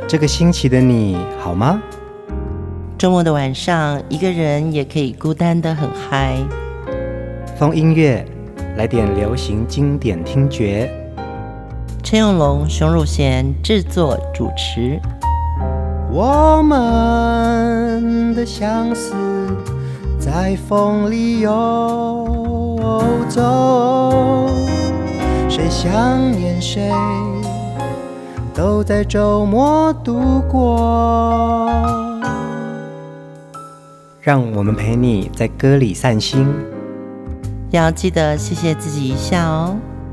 这个星期的你好吗？ 周末的晚上，一个人也可以孤单得很嗨。 风音乐，来点流行经典听觉。 陈永龙、熊汝贤制作主持。 我们的相思在风里游走，谁想念谁，都在周末度过。让我们陪你在歌里散心， 要记得谢谢自己一下哦。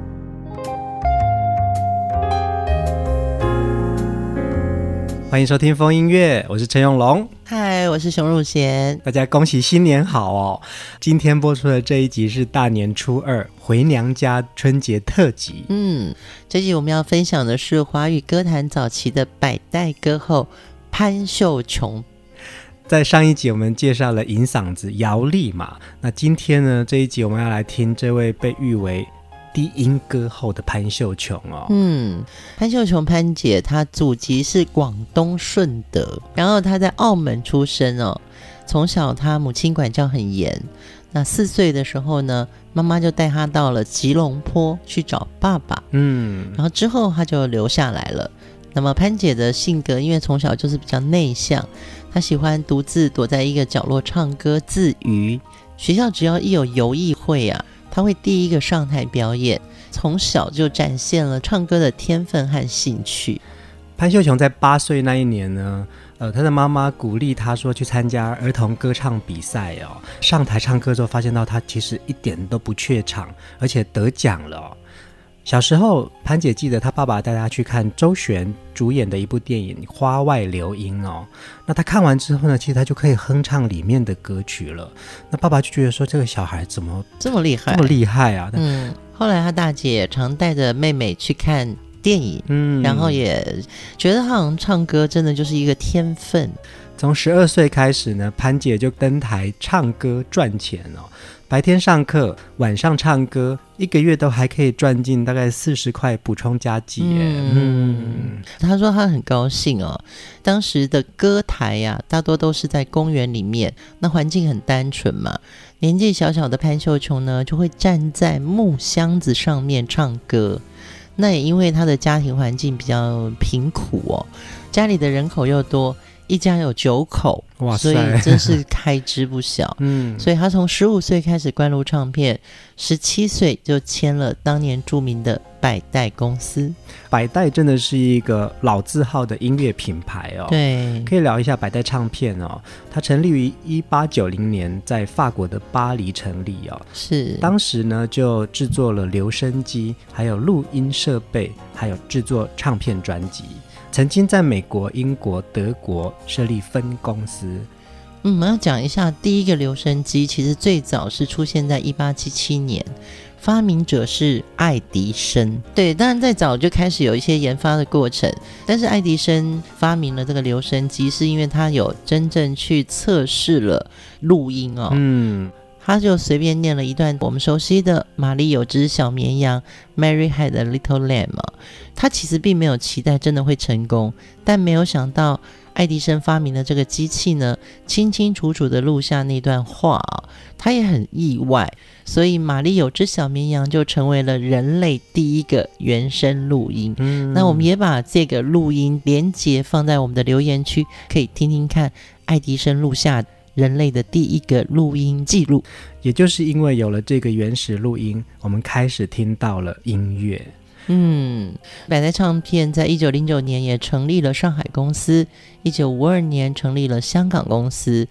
欢迎收听风音乐，我是陈永龙。 嗨，我是熊汝贤。 大家恭喜新年好哦！今天播出的这一集是大年初二回娘家春节特辑。 这集我们要分享的是华语歌坛早期的百代歌后潘秀琼。 在上一集我们介绍了银嗓子姚丽嘛，那今天呢这一集我们要来听这位被誉为低音歌后的潘秀琼哦。 潘秀琼潘姐她祖籍是广东顺德，然后她在澳门出生哦。从小她母亲管教很严，那4岁的时候呢，妈妈就带她到了吉隆坡去找爸爸。然后之后她就留下来了。那么潘姐的性格因为从小就是比较内向，她喜欢独自躲在一个角落唱歌自娱，学校只要一有游艺会啊，她会第一个上台表演，从小就展现了唱歌的天分和兴趣。 潘秀琼在8岁那一年呢，她的妈妈鼓励她说去参加儿童歌唱比赛哦。上台唱歌之后，发现到她其实一点都不怯场，而且得奖了哦。小时候，潘姐记得她爸爸带她去看周璇主演的一部电影《花外流莺》哦。那她看完之后呢，其实她就可以哼唱里面的歌曲了。那爸爸就觉得说，这个小孩怎么这么厉害， 这么厉害啊！ 后来她大姐也常带着妹妹去看电影，然后也觉得她好像唱歌真的就是一个天分。 从12岁开始呢，潘姐就登台唱歌赚钱哦。白天上课，晚上唱歌，1个月都还可以赚进大概40块补充家计耶。 他说他很高兴哦，当时的歌台啊，大多都是在公园里面，那环境很单纯嘛。年纪小小的潘秀琼呢，就会站在木箱子上面唱歌。那也因为他的家庭环境比较贫苦哦，家里的人口又多，一家有9口，所以真是开支不小。所以他从15岁开始灌录唱片，17岁就签了当年著名的百代公司。 百代真的是一个老字号的音乐品牌哦。 对， 可以聊一下百代唱片哦。它成立于1890年，在法国的巴黎成立哦。 是， 当时呢就制作了留声机，还有录音设备，还有制作唱片专辑。曾经在美国、英国、德国设立分公司。 我们要讲一下第一个留声机，其实最早是出现在1877年，发明者是爱迪生。对，当然在早就开始有一些研发的过程，但是爱迪生发明了这个留声机，是因为他有真正去测试了录音哦。他就随便念了一段我们熟悉的玛丽有只小绵羊 Mary had a little lamb。 他其实并没有期待真的会成功，但没有想到爱迪生发明的这个机器呢，清清楚楚的录下那段话他也很意外，所以玛丽有只小绵羊就成为了人类第一个原声录音。那我们也把这个录音连结放在我们的留言区，可以听听看爱迪生录下人类的第一个录音记录。 也就是因为有了这个原始录音，我们开始听到了音乐。 百代唱片在1909年也成立了上海公司，1952年成立了香港公司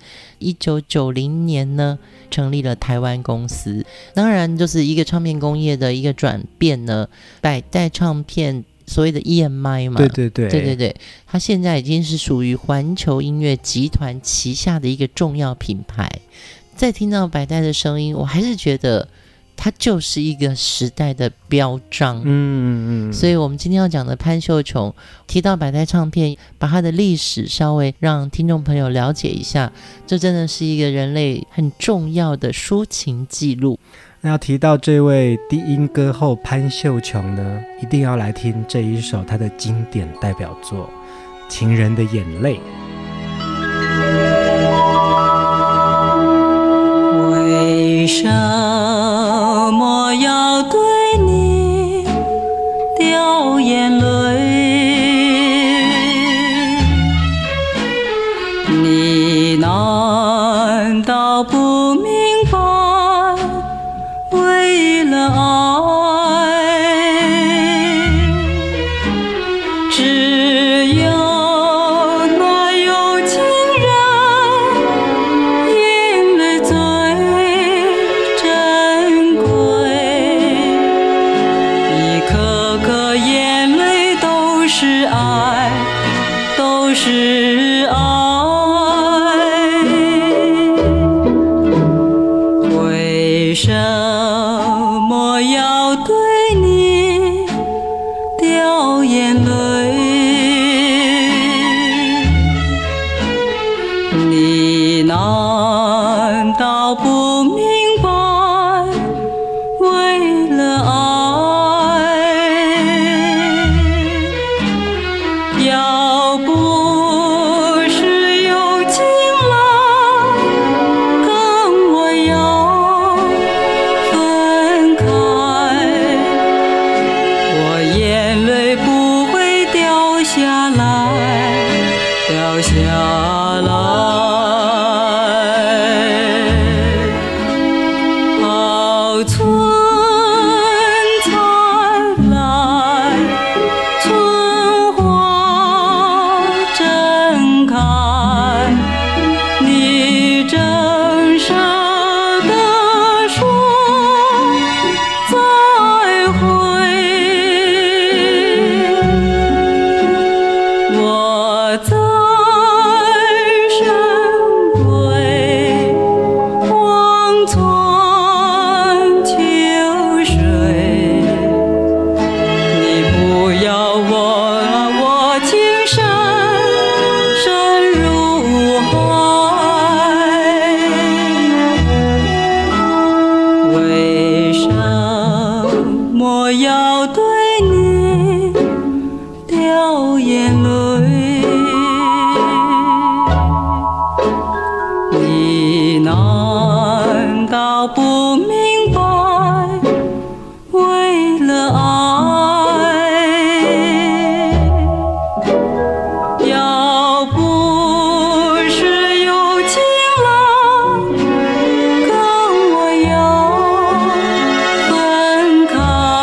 ，1990年呢成立了台湾公司。当然就是一个唱片工业的一个转变呢，百代唱片所谓的 EMI 嘛，对，它现在已经是属于环球音乐集团旗下的一个重要品牌。再听到百代的声音，我还是觉得它就是一个时代的标章。所以我们今天要讲的潘秀琼，提到百代唱片，把它的历史稍微让听众朋友了解一下，这真的是一个人类很重要的抒情记录。 那要提到这位低音歌后潘秀琼呢，一定要来听这一首她的经典代表作《 情人的眼泪。 为什么要对你掉眼泪？你难道不明白，为了爱，只有那有情人眼泪最珍贵，一颗颗眼泪都是爱，都是爱。为什么要对你掉眼泪？你难道不明白，为了爱，要不是有情郎跟我要分开，我眼泪不会掉下来，掉下来。好春才来，春花正开，你正舍得说再会，我在深闺望穿秋水，你不要我情深深如海。为什么要对你掉眼泪？你难道不明白，为了爱，要不是有情郎跟我要分开，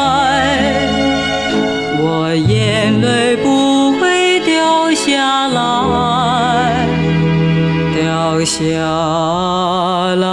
我眼泪不会掉下来，掉下来。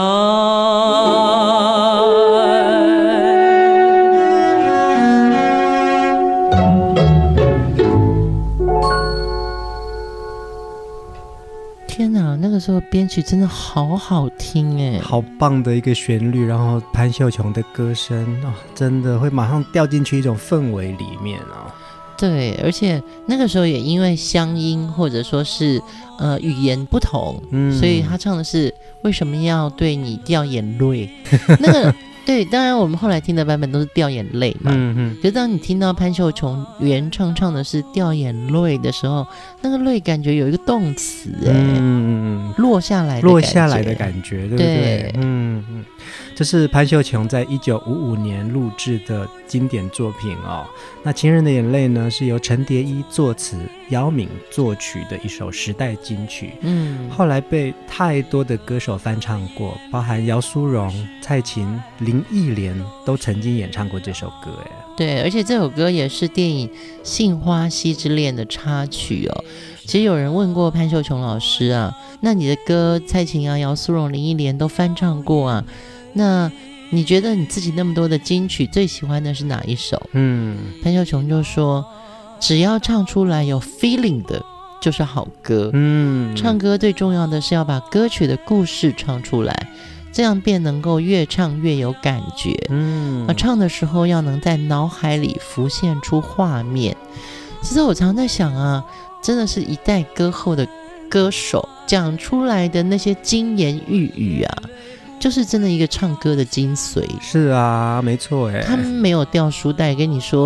天哪，那个时候编曲真的好好听哎， 好棒的一个旋律，然后潘秀琼的歌声哦，真的会马上掉进去一种氛围里面哦。 对，而且那个时候也因为乡音或者说是语言不同，所以他唱的是为什么要对你掉眼泪那个对，当然我们后来听的版本都是掉眼泪嘛，可是当你听到潘秀琼原唱的是掉眼泪的时候，那个泪感觉有一个动词落下来的感觉，对不对？ 这是潘秀琼在1955年录制的经典作品哦。那《情人的眼泪》呢，是由陈蝶衣作词，姚敏作曲的一首时代金曲。后来被太多的歌手翻唱过，包含姚苏蓉、蔡琴、林忆莲都曾经演唱过这首歌。 对，而且这首歌也是电影《杏花溪之恋》的插曲哦。其实有人问过潘秀琼老师啊，那你的歌蔡琴啊、姚苏蓉、林忆莲都翻唱过啊，那你觉得你自己那么多的金曲最喜欢的是哪一首？潘秀琼就说，只要唱出来有 feeling 的就是好歌。唱歌最重要的是要把歌曲的故事唱出来，这样便能够越唱越有感觉。唱的时候要能在脑海里浮现出画面。其实我常在想啊，真的是一代歌后的歌手讲出来的那些金言玉语啊，就是真的一个唱歌的精髓。 是啊，没错。 他们没有掉书袋跟你说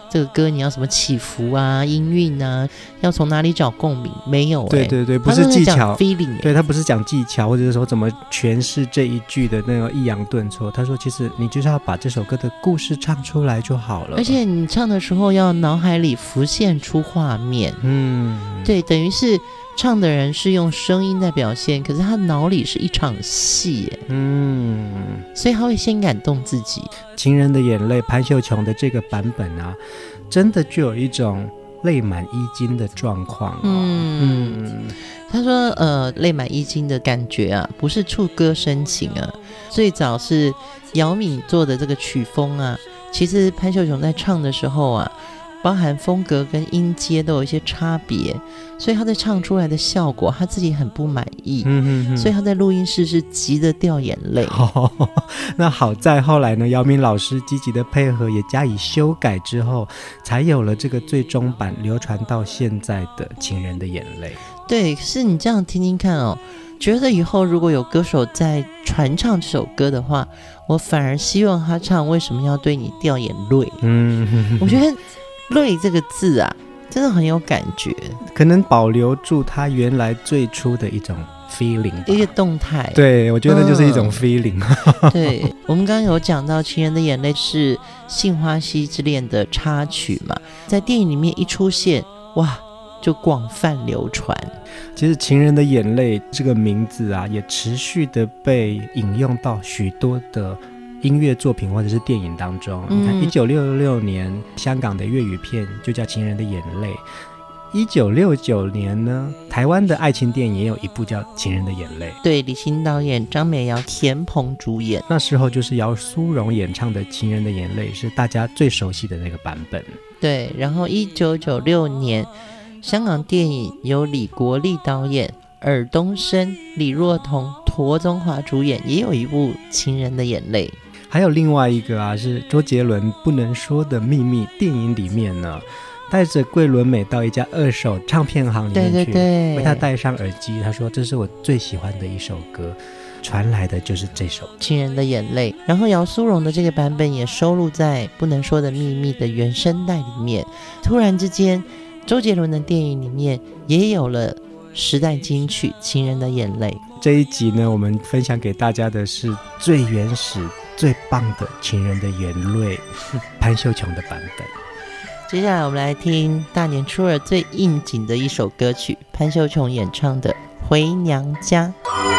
这个歌你要什么起伏啊、音韵啊，要从哪里找共鸣？没有对对对，不是技巧 ，feeling， 对，他不是讲技巧，或者是说怎么诠释这一句的那个抑扬顿挫。他说，其实你就是要把这首歌的故事唱出来就好了。 而且你唱的时候要脑海里浮现出画面，对，等于是唱的人是用声音在表现，可是他脑里是一场戏耶，所以他会先感动自己。 情人的眼泪，潘秀琼的这个版本啊，真的就有一种泪满衣襟的状况他说泪满衣襟的感觉啊，不是触歌生情啊，最早是姚敏做的这个曲风啊，其实潘秀琼在唱的时候啊，包含风格跟音阶都有一些差别，所以他在唱出来的效果他自己很不满意，所以他在录音室是急得掉眼泪。 那好在后来呢，姚明老师积极的配合也加以修改之后，才有了这个最终版流传到现在的《情人的眼泪》。 对，可是你这样听听看哦，觉得以后如果有歌手在传唱这首歌的话，我反而希望他唱为什么要对你掉眼泪。我觉得泪这个字啊真的很有感觉， 可能保留住他原来最初的一种 feeling 吧， 一个动态。 对，我觉得就是一种 feeling。 对，我们刚刚有讲到《情人的眼泪》是《杏花溪之恋》的插曲嘛，在电影里面一出现，哇，就广泛流传。 其实《情人的眼泪》这个名字啊，也持续的被引用到许多的音乐作品或者是电影当中。你看1966年香港的粤语片就叫《情人的眼泪》，1969年呢，台湾的爱情电影也有一部叫《情人的眼泪》， 对，李行导演，张美瑶、田鹏主演。 那时候就是姚苏蓉演唱的《情人的眼泪》是大家最熟悉的那个版本。 对，然后1996年香港电影由李国立导演，尔冬升、李若彤、陀宗华主演，也有一部《情人的眼泪》。 还有另外一个啊，是周杰伦《不能说的秘密》电影里面呢，带着桂纶镁到一家二手唱片行里面去， 对， 为他戴上耳机，他说这是我最喜欢的一首歌，传来的就是这首《 情人的眼泪》。然后姚苏蓉的这个版本也收录在《不能说的秘密》的原声带里面。突然之间，周杰伦的电影里面也有了时代金曲《情人的眼泪》。 这一集呢，我们分享给大家的是最原始最棒的《情人的眼泪》潘秀琼的版本。 接下来我们来听大年初二最应景的一首歌曲，潘秀琼演唱的《回娘家》。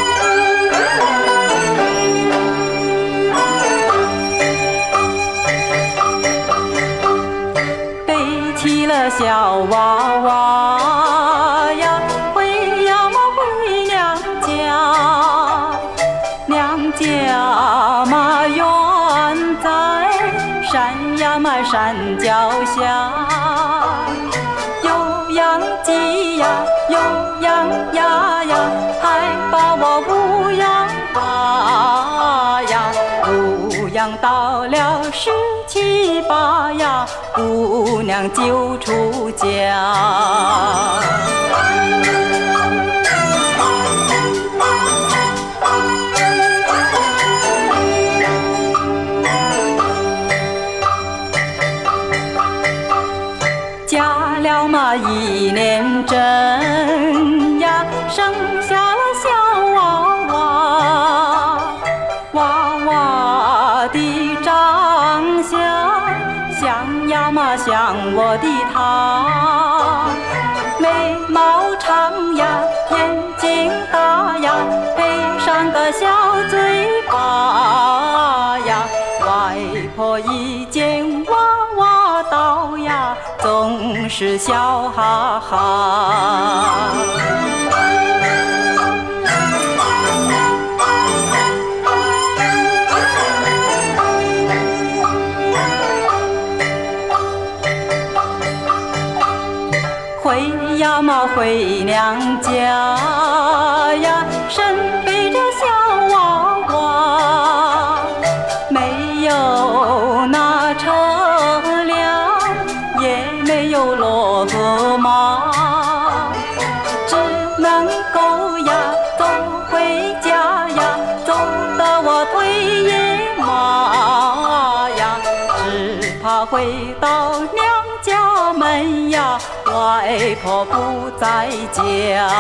背起了小娃娃呀，回呀嘛回娘家，娘家嘛远在山呀嘛山脚下，有羊鸡呀，有羊鸭呀，还把我牧羊大呀，牧羊到了17、8呀，姑娘就出家。嫁了嘛1年整呀，生下了小娃娃，娃娃的长相像呀嘛像我的她，眉毛长呀，眼睛大呀，配上个小嘴巴呀，外婆一见娃娃到呀，总是笑哈哈。回呀嘛回娘家呀，身背着小娃娃，没有那车辆，也没有骡和马，只能够呀走回家呀，走得我腿也麻呀，只怕回到娘呀，外婆不在家。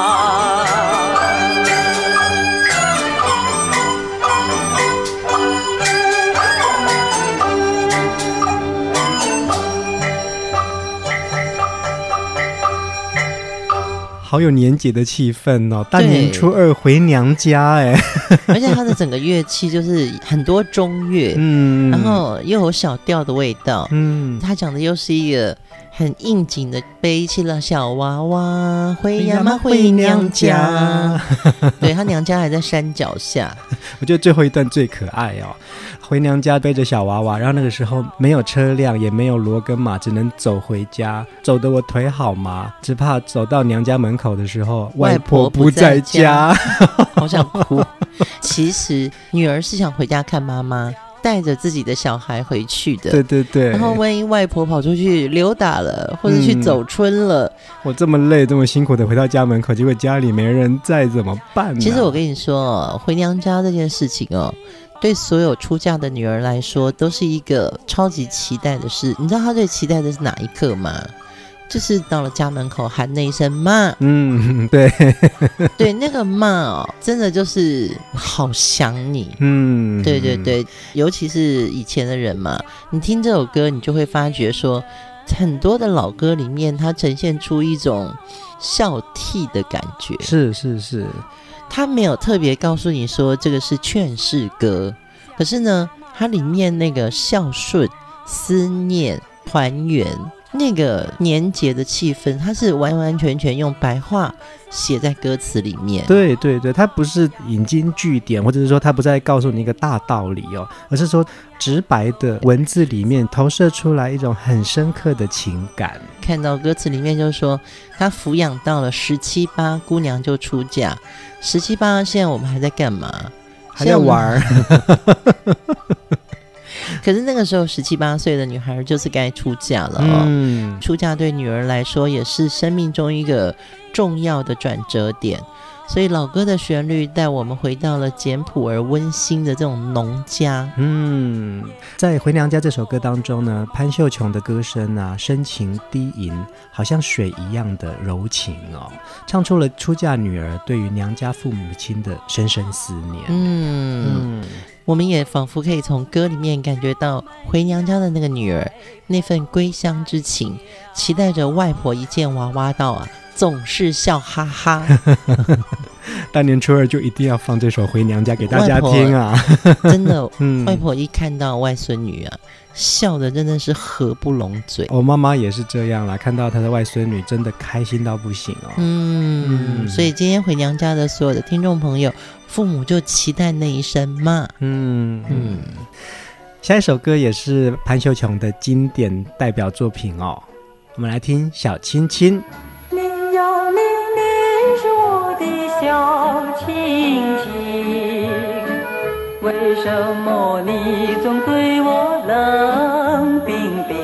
好有年节的气氛哦！大年初二回娘家哎， 而且它的整个乐器就是很多中乐，然后又有小调的味道，它讲的又是一个很应景的背起了小娃娃回呀嘛回娘家，对，他娘家还在山脚下。 我觉得最后一段最可爱哦，回娘家背着小娃娃，然后那个时候没有车辆，也没有骡跟马，只能走回家，走得我腿好麻，只怕走到娘家门口的时候，外婆不在家， 好想哭。其实女儿是想回家看妈妈，带着自己的小孩回去的， 对对对。 然后万一外婆跑出去溜达了，或者去走春了， 我这么累这么辛苦的回到家门口，结果家里没人在怎么办呢？ 其实我跟你说，回娘家这件事情哦，对所有出嫁的女儿来说都是一个超级期待的事。你知道她最期待的是哪一刻吗？就是到了家门口喊那一声妈。 对对，那个妈哦，真的就是好想你。对对对，尤其是以前的人嘛，你听这首歌你就会发觉说，很多的老歌里面它呈现出一种孝悌的感觉。 是是是， 他没有特别告诉你说这个是劝世歌，可是呢它里面那个孝顺、思念、团圆，那个年节的气氛，它是完完全全用白话写在歌词里面。 对对对，它不是引经据典，或者是说它不再告诉你一个大道理哦，而是说直白的文字里面投射出来一种很深刻的情感。 看到歌词里面就说他抚养到了17、8，姑娘就出嫁。17、8现在我们还在干嘛？ 还在玩可是那个时候17、8岁的女孩就是该出嫁了哦。出嫁对女儿来说也是生命中一个重要的转折点，所以老歌的旋律带我们回到了简朴而温馨的这种农家。 在《回娘家》这首歌当中呢，潘秀琼的歌声啊，深情低吟，好像水一样的柔情哦，唱出了出嫁女儿对于娘家父母亲的深深思念。 我们也仿佛可以从歌里面感觉到回娘家的那个女儿那份归乡之情，期待着外婆一见娃娃到啊，总是笑哈哈。 大年初二就一定要放这首《回娘家》给大家听啊！ 真的，外婆一看到外孙女啊，笑的真的是合不拢嘴。 我妈妈也是这样啦，看到她的外孙女真的开心到不行哦。 所以今天回娘家的所有的听众朋友，父母就期待那一声妈。 下一首歌也是潘秀琼的经典代表作品哦，我们来听《小亲亲》。 你呀你，你是我的小亲亲，为什么你总对我冷冰冰？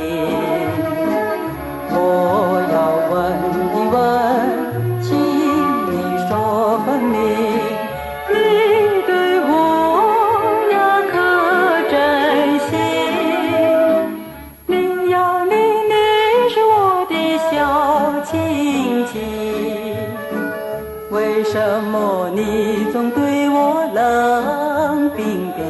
我要问一问，请你说分明，你对我呀可真心？你呀你，你是我的小亲亲，为什么你总对我冷冰冰？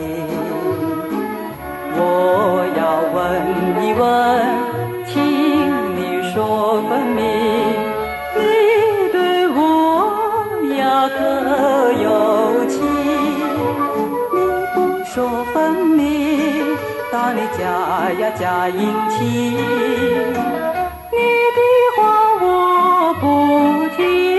我要问一问，请你说分明，你对我呀可有情？你不说分明，到你家呀假殷勤，你的话我不听。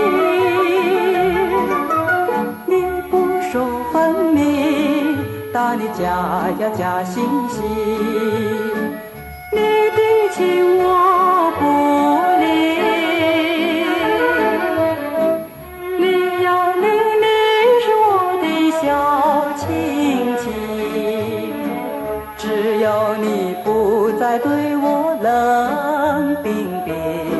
你不说分明，到你家呀假惺惺，你的情我不领。你呀你，你是我的小亲亲，只有你不再对我冷冰冰，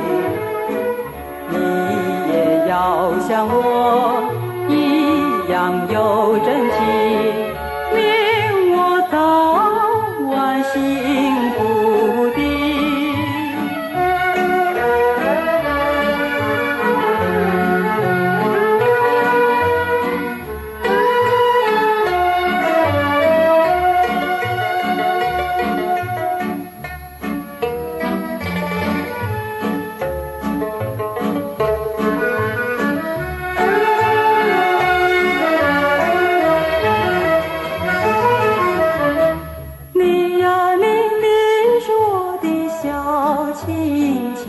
你也要像我一样有真情，令我早晚幸福的。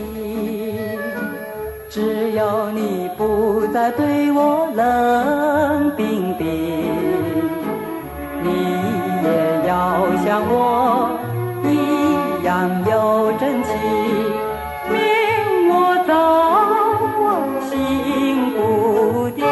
只要你不再对我冷冰冰，你也要像我一样有真情，命我早心不定。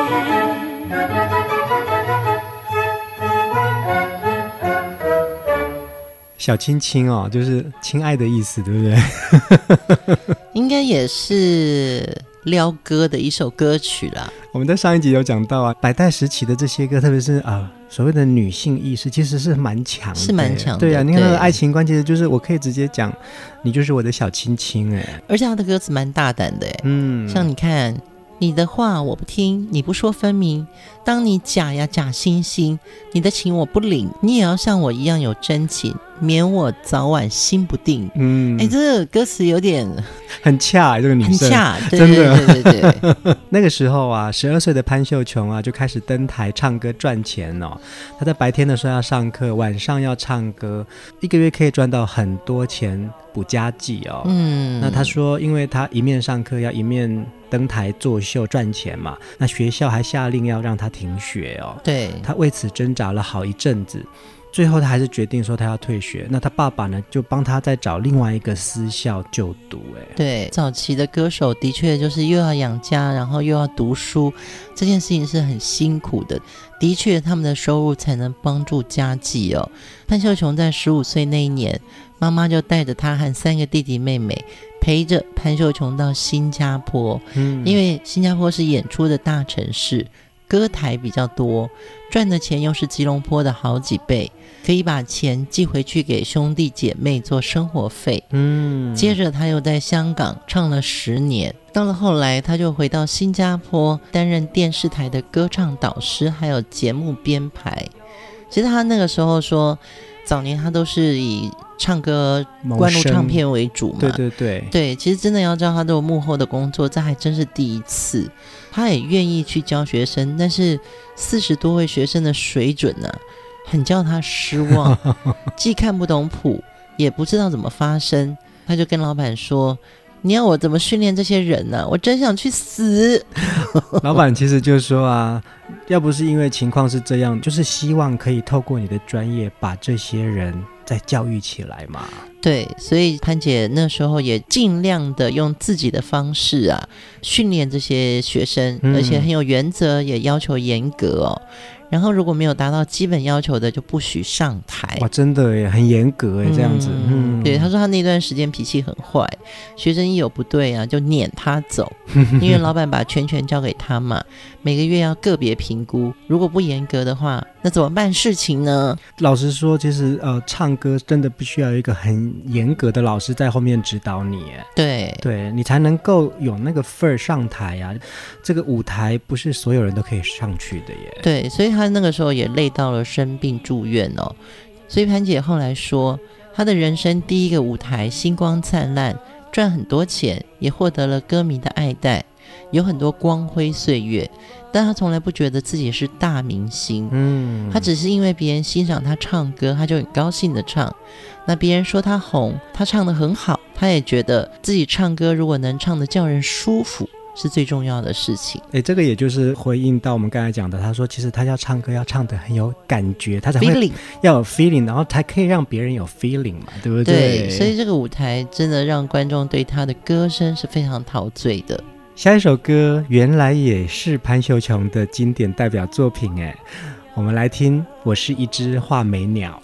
小亲亲哦，就是亲爱的意思，对不对？ 应该也是撩歌的一首歌曲啦。 我们在上一集有讲到啊，百代时期的这些歌，特别是所谓的女性意识，其实是蛮强的， 是蛮强的。 对啊，你看那个爱情观，其实就是我可以直接讲，你就是我的小亲亲哎。 而且他的歌词蛮大胆的哎，像你看。你的话我不听，你不说分明，当你假呀假惺惺，你的情我不领，你也要像我一样有真情，免我早晚心不定。这个歌词有点很恰，这个女生很恰，对真的对那个时候啊，12岁的潘秀琼啊就开始登台唱歌赚钱哦。她在白天的时候要上课，晚上要唱歌，一个月可以赚到很多钱补家计哦。那她说，因为她一面上课要一面登台作秀赚钱嘛，那学校还下令要让她停学哦。 对， 她为此挣扎了好一阵子。最后他还是决定说他要退学，那他爸爸呢就帮他再找另外一个私校就读。 对，早期的歌手的确就是又要养家，然后又要读书，这件事情是很辛苦的，的确他们的收入才能帮助家计哦。潘秀琼在15岁那一年，妈妈就带着他和3个弟弟妹妹陪着潘秀琼到新加坡，因为新加坡是演出的大城市，歌台比较多，赚的钱又是吉隆坡的好几倍，可以把钱寄回去给兄弟姐妹做生活费。接着他又在香港唱了10年，到了后来他就回到新加坡担任电视台的歌唱导师还有节目编排。其实他那个时候说早年他都是以唱歌灌录唱片为主嘛，对，其实真的要知道他都有幕后的工作，这还真是第一次。他也愿意去教学生，但是40多位学生的水准呢，很叫他失望，既看不懂谱，也不知道怎么发声。他就跟老板说，你要我怎么训练这些人呢？我真想去死。 老板其实就说啊，要不是因为情况是这样，就是希望可以透过你的专业把这些人再教育起来嘛。 对，所以潘姐那时候也尽量的用自己的方式啊训练这些学生，而且很有原则，也要求严格哦。然后如果没有达到基本要求的，就不许上台。 哇，真的耶，很严格耶，这样子。 对，他说他那段时间脾气很坏，学生一有不对啊，就撵他走，因为老板把全权交给他嘛，每个月要个别评估，如果不严格的话，那怎么办事情呢？ 老实说，其实唱歌真的必须要有一个很严格的老师在后面指导你耶。对，你才能够有那个份儿上台啊。这个舞台不是所有人都可以上去的耶。 对，所以他那个时候也累到了生病住院哦。所以潘姐后来说，她的人生第一个舞台星光灿烂，赚很多钱，也获得了歌迷的爱戴，有很多光辉岁月，但她从来不觉得自己是大明星。她只是因为别人欣赏她唱歌，她就很高兴的唱。那别人说她红，她唱得很好，她也觉得自己唱歌如果能唱得叫人舒服，是最重要的事情。 这个也就是回应到我们刚才讲的，他说其实他要唱歌要唱得很有感觉，他才会要有 feeling， 然后才可以让别人有 feeling 嘛，对不对？ 对，所以这个舞台真的让观众对他的歌声是非常陶醉的。 下一首歌原来也是潘秀琼的经典代表作品我们来听我是一只画眉鸟。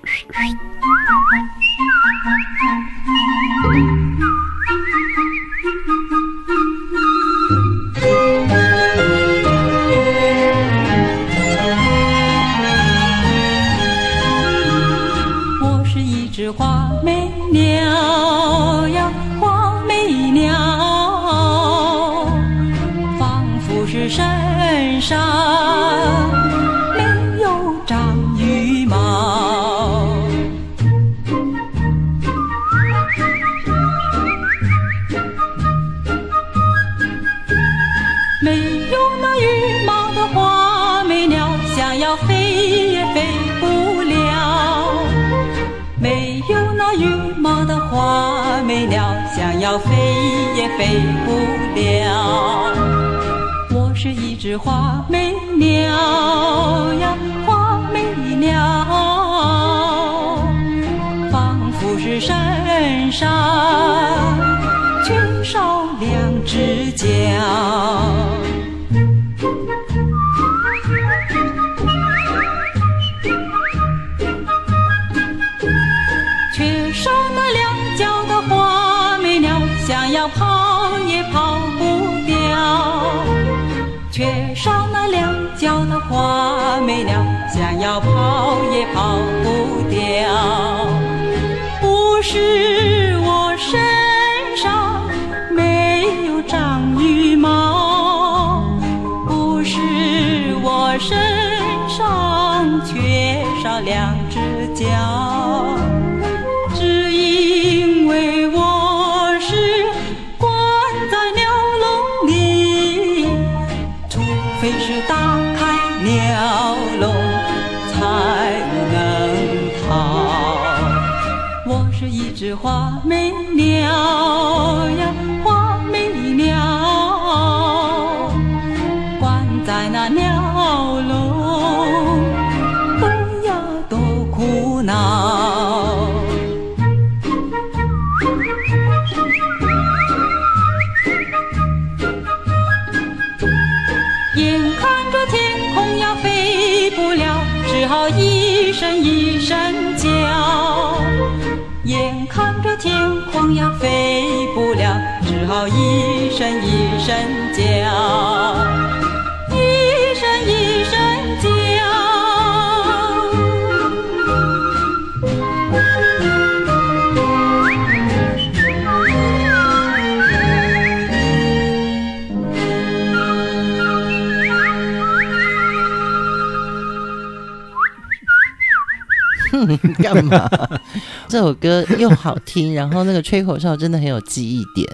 我是一只画眉鸟呀，画眉鸟，仿佛是身上没有长羽毛。没有那羽毛的画眉鸟，想要飞也飞不了。没有那羽毛的画眉美鸟，想要飞也飞不了。我是一只花美鸟呀，花美鸟，仿佛是身上缺少两只脚。缺少那两脚的花美鸟，想要跑也跑不掉。缺少那两脚的花美鸟，想要跑也跑不掉。不是我身上没有长羽毛，不是我身上缺少两只脚，只因为我是关在鸟笼里，除非是打开鸟笼才能逃。我是一只花美鸟呀，花美鸟，关在那鸟笼，不要多苦恼。眼看着天空要飞不了，只好一声一声叫。眼看着天空要飞不了，只好一声一声叫，一声一声叫。 干嘛？这首歌又好听，然后那个吹口哨真的很有记忆点。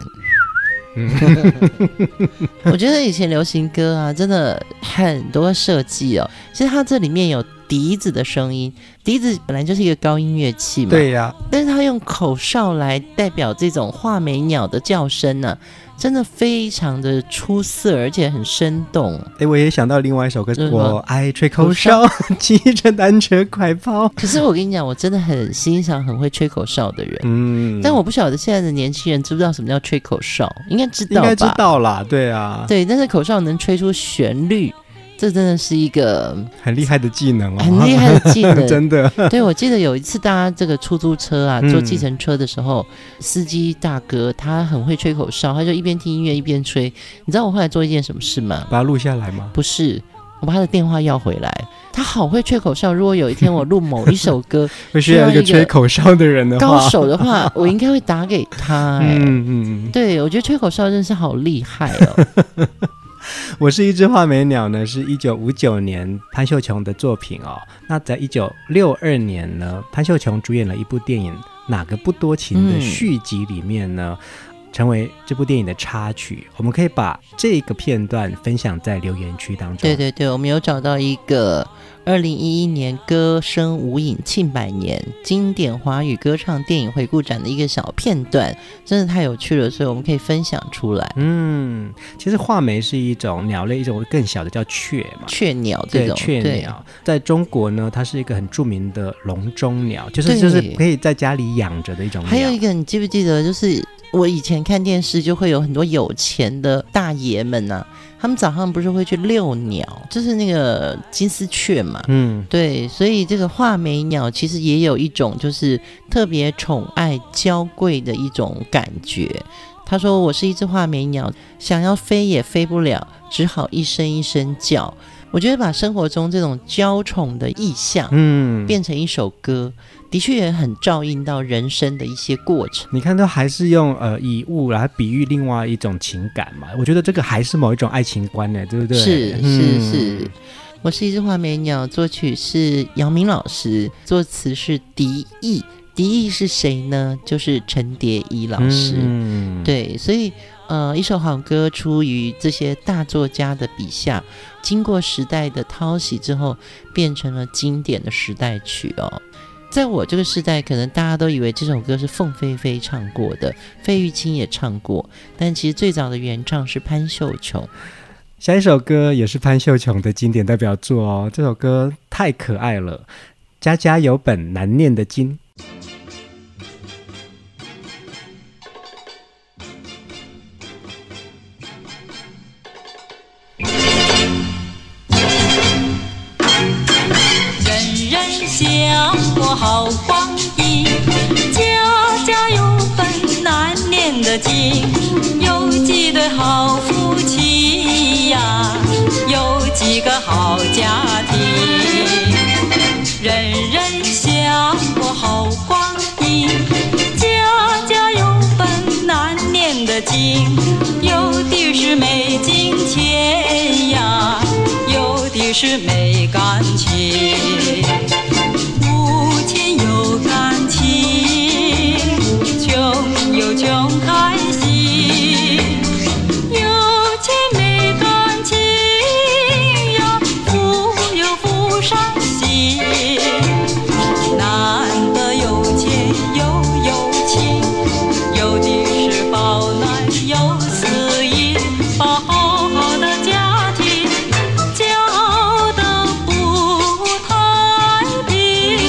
我觉得以前流行歌啊，真的很多设计哦。其实它这里面有笛子的声音，笛子本来就是一个高音乐器嘛， 对呀， 但是它用口哨来代表这种画眉鸟的叫声呢、真的非常的出色，而且很生动。 我也想到另外一首歌， 是我爱吹口哨，骑着单车快跑。 可是我跟你讲，我真的很欣赏很会吹口哨的人。但我不晓得现在的年轻人知不知道什么叫吹口哨，应该知道吧？ 应该知道啦，对啊， 对，但是口哨能吹出旋律，这真的是一个很厉害的技能哦， 很厉害的技能， 真的。 对，我记得有一次搭这个出租车啊，坐计程车的时候，司机大哥他很会吹口哨，他就一边听音乐一边吹。你知道我后来做一件什么事吗？ 把它录下来吗？ 不是，我把他的电话要回来。他好会吹口哨，如果有一天我录某一首歌会需要一个吹口哨的人的话， 高手的话，我应该会打给他。对，我觉得吹口哨真的是好厉害哦。 我是一只画眉鸟呢，是1959年潘秀琼的作品哦。那在1962年呢，潘秀琼主演了一部电影《哪个不多情》的续集里面呢，成为这部电影的插曲。我们可以把这个片段分享在留言区当中。 对对对，我们有找到一个2011年歌声无影庆100年经典华语歌唱电影回顾展的一个小片段，真的太有趣了，所以我们可以分享出来。 其实画眉是一种鸟类，一种更小的叫雀嘛， 雀鸟这种。 对，雀鸟在中国呢，它是一个很著名的笼中鸟，就是可以在家里养着的一种鸟。 还有一个，你记不记得，就是我以前看电视就会有很多有钱的大爷们啊，他们早上不是会去遛鸟，就是那个金丝雀嘛。对，所以这个画眉鸟其实也有一种就是特别宠爱娇贵的一种感觉。他说我是一只画眉鸟，想要飞也飞不了，只好一声一声叫。我觉得把生活中这种娇宠的意象变成一首歌，的确也很照应到人生的一些过程。 你看都还是用以物来比喻另外一种情感嘛，我觉得这个还是某一种爱情观呢，对不对？ 是。我是一只画眉鸟，作曲是姚明老师，作词是狄毅。狄毅是谁呢？就是陈蝶衣老师。对，所以一首好歌出于这些大作家的笔下，经过时代的淘洗之后，变成了经典的时代曲哦。 在我这个时代，可能大家都以为这首歌是凤飞飞唱过的，费玉清也唱过，但其实最早的原唱是潘秀琼。 下一首歌也是潘秀琼的经典代表作哦，这首歌太可爱了，家家有本难念的经。 人人想过好光阴，家家有本难念的经，有几对好夫妻呀，有几个好家庭。人人想过好光阴，家家有本难念的经，有的是没金钱呀，有的是没感情。无钱有感情，穷有穷开心，有钱没感情呀，富有富伤心。难得有钱又有情，有的是保暖有私隐，把好好的家庭交得不太平。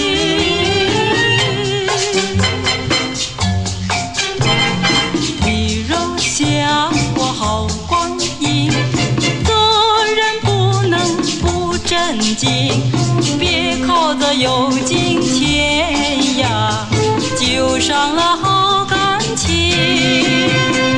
你若想过好光阴，做人不能不正经，别靠着有金钱呀，就伤了好感情。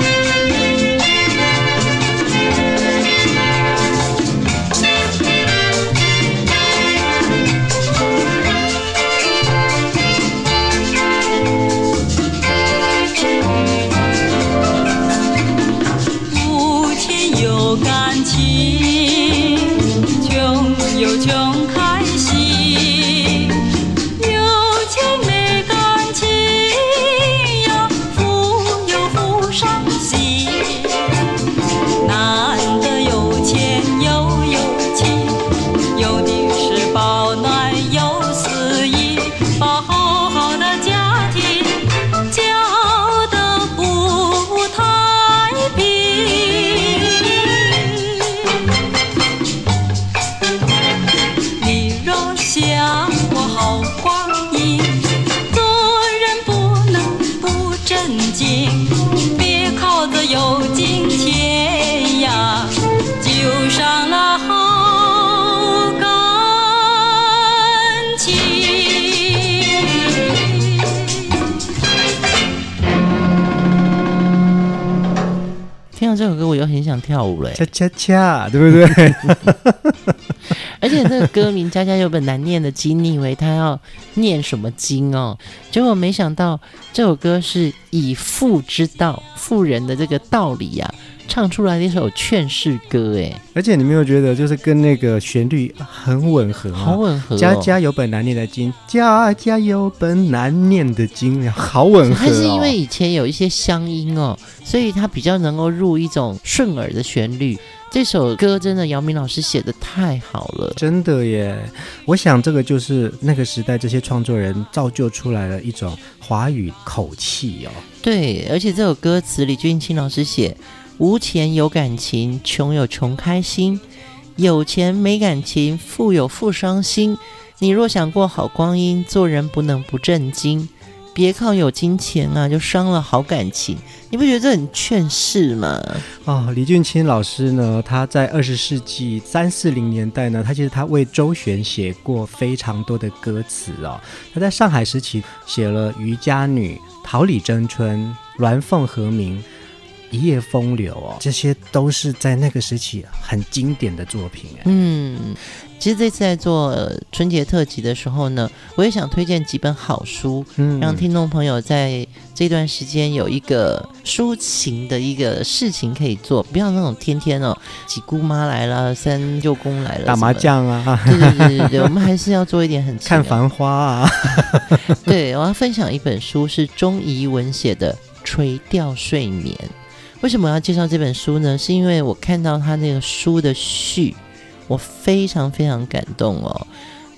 无钱有感情，穷有穷开心，有钱没感情呀，富有富伤心。难得有钱又有情，有的是保暖有私隐，把好好的家庭交得不太平。你若想过好光阴，做人不能不正经，别靠着有金钱呀，就伤了好感情。 听到这首歌，我又很想跳舞嘞。 恰恰恰，对不对？ 而且这个歌名“家家有本难念的经”，你以为他要念什么经哦？结果没想到这首歌是以妇之道、妇人的这个道理啊，唱出来的一首劝世歌，哎， 而且你没有觉得就是跟那个旋律很吻合吗？ 好吻合哦！ 家家有本难念的经，家家有本难念的经，好吻合哦。 它是因为以前有一些乡音哦，所以它比较能够入一种顺耳的旋律。这首歌真的姚明老师写的太好了， 真的耶！我想这个就是那个时代这些创作人造就出来的一种华语口气哦。 对，而且这首歌词李俊清老师写：无钱有感情，穷有穷开心，有钱没感情，富有富伤心。你若想过好光阴，做人不能不正经，别靠有金钱啊，就伤了好感情。你不觉得这很劝世吗？ 哦，李俊清老师呢，他在20世纪30-40年代呢，其实他为周璇写过非常多的歌词哦。他在上海时期写了《渔家女》《桃李争春》《鸾凤和鸣》《一夜风流》哦，这些都是在那个时期很经典的作品。 其实这次在做春节特辑的时候呢，我也想推荐几本好书，让听众朋友在这段时间有一个抒情的一个事情可以做，不要那种天天几姑妈来了，三舅公来了， 打麻将啊， 对，我们还是要做一点很看繁花啊。 对，我要分享一本书是钟怡文写的《垂钓睡眠》。为什么我要介绍这本书呢？是因为我看到他那个书的序，我非常非常感动哦。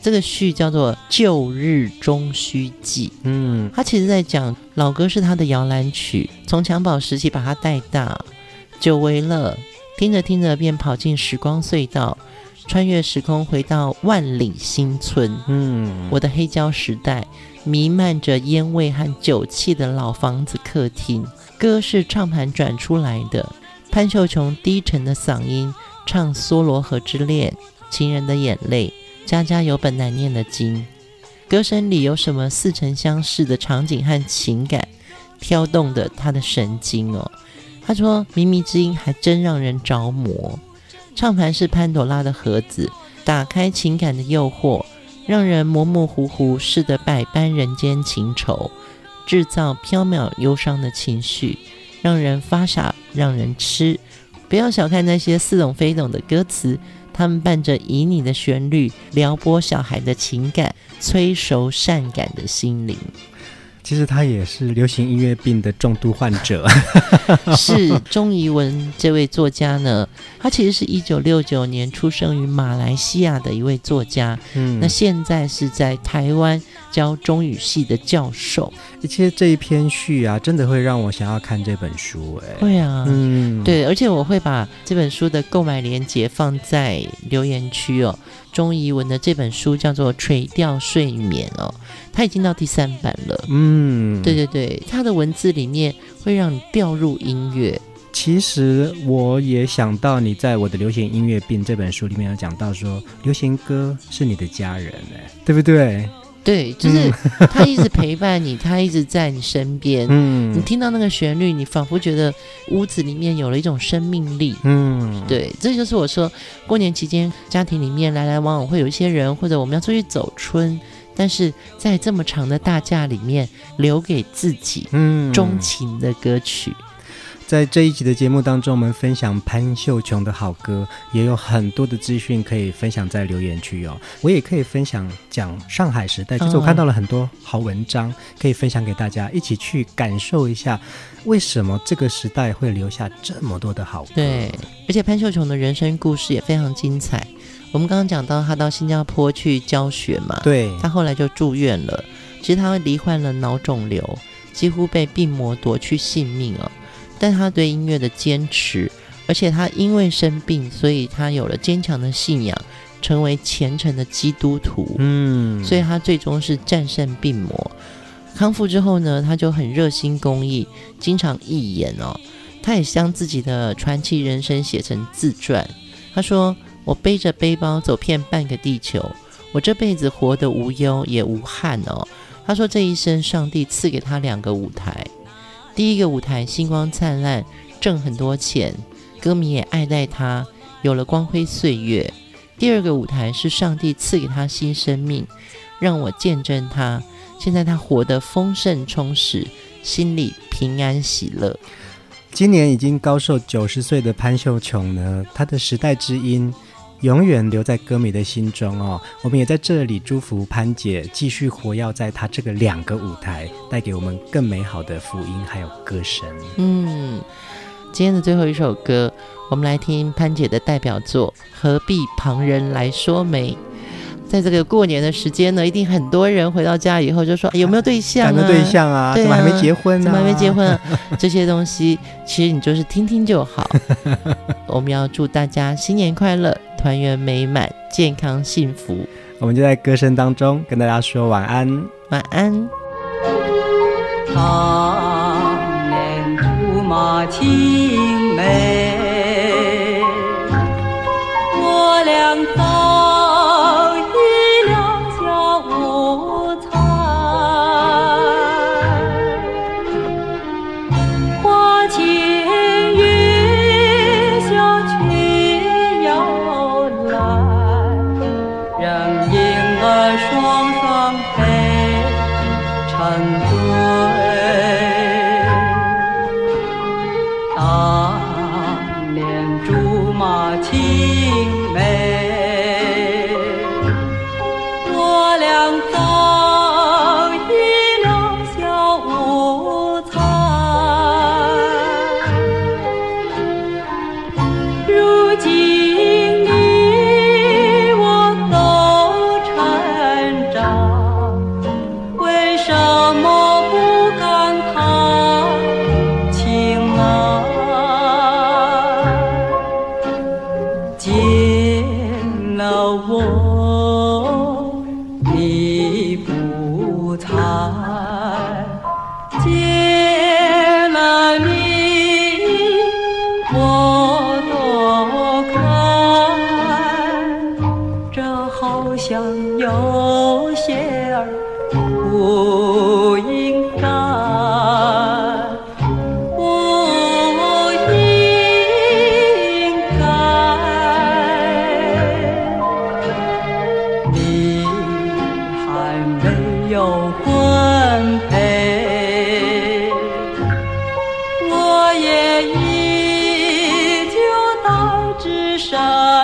这个序叫做《旧日中须记》。他其实在讲老歌是他的摇篮曲，从襁褓时期把他带大，久违了，听着听着便跑进时光隧道，穿越时空回到万里新村。我的黑胶时代，弥漫着烟味和酒气的老房子客厅，歌是唱盘转出来的，潘秀琼低沉的嗓音唱梭罗河之恋，情人的眼泪，家家有本难念的经。歌声里有什么似曾相识的场景和情感，挑动的他的神经哦。他说靡靡之音还真让人着魔。唱盘是潘朵拉的盒子，打开情感的诱惑，让人模模糊糊似的百般人间情愁，制造缥缈忧伤的情绪，让人发傻，让人痴。不要小看那些似懂非懂的歌词，他们伴着旖旎的旋律，撩拨小孩的情感，催熟善感的心灵。 其实他也是流行音乐病的重度患者。 是钟怡文这位作家呢，他其实是1969年出生于马来西亚的一位作家，那现在是在台湾教中语系的教授。 其实这一篇序啊，真的会让我想要看这本书。 会啊，对，而且我会把这本书的购买链接放在留言区哦。钟怡文的这本书叫做《垂钓睡眠》哦，它已经到第3版了。对对对，它的文字里面会让你掉入音乐。 其实我也想到你在我的流行音乐病这本书里面有讲到说，流行歌是你的家人，对不对？ 对，就是他一直陪伴你，他一直在你身边。你听到那个旋律，你仿佛觉得屋子里面有了一种生命力。对，这就是我说过年期间家庭里面来来往往会有一些人，或者我们要出去走春，但是在这么长的大假里面留给自己钟情的歌曲。 在这一集的节目当中，我们分享潘秀琼的好歌，也有很多的资讯可以分享在留言区哦。我也可以分享讲上海时代，就是我看到了很多好文章，可以分享给大家，一起去感受一下为什么这个时代会留下这么多的好歌。 对，而且潘秀琼的人生故事也非常精彩。我们刚刚讲到他到新加坡去教学嘛， 对， 他后来就住院了。其实他罹患了脑肿瘤，几乎被病魔夺去性命哦。但他对音乐的坚持，而且他因为生病，所以他有了坚强的信仰，成为虔诚的基督徒。所以他最终是战胜病魔。康复之后呢，他就很热心公益，经常义演哦。他也将自己的传奇人生写成自传。他说：“我背着背包走遍半个地球，我这辈子活得无忧也无憾哦。”他说这一生上帝赐给他2个舞台。第一个舞台星光灿烂，挣很多钱，歌迷也爱戴他，有了光辉岁月。第二个舞台是上帝赐给他新生命，让我见证他，现在他活得丰盛充实，心里平安喜乐。 今年已经高寿90岁的潘秀琼呢，她的时代之音永远留在歌迷的心中哦。我们也在这里祝福潘姐继续活跃在她这个2个舞台，带给我们更美好的福音还有歌声。 今天的最后一首歌，我们来听潘姐的代表作《何必旁人来说媒》。在这个过年的时间呢，一定很多人回到家以后就说有没有对象啊？ 有没有对象啊？怎么还没结婚啊？ 怎么还没结婚啊？这些东西其实你就是听听就好。我们要祝大家新年快乐，团圆美满，健康幸福。 我们就在歌声当中跟大家说晚安。 晚安。 常年竹马青梅，我俩早已两小无猜，花前月下却要来，让婴儿双双陪成对。 我躲开，这好像有些儿不应该，不应该。你还没有婚配，我也依旧带着伤。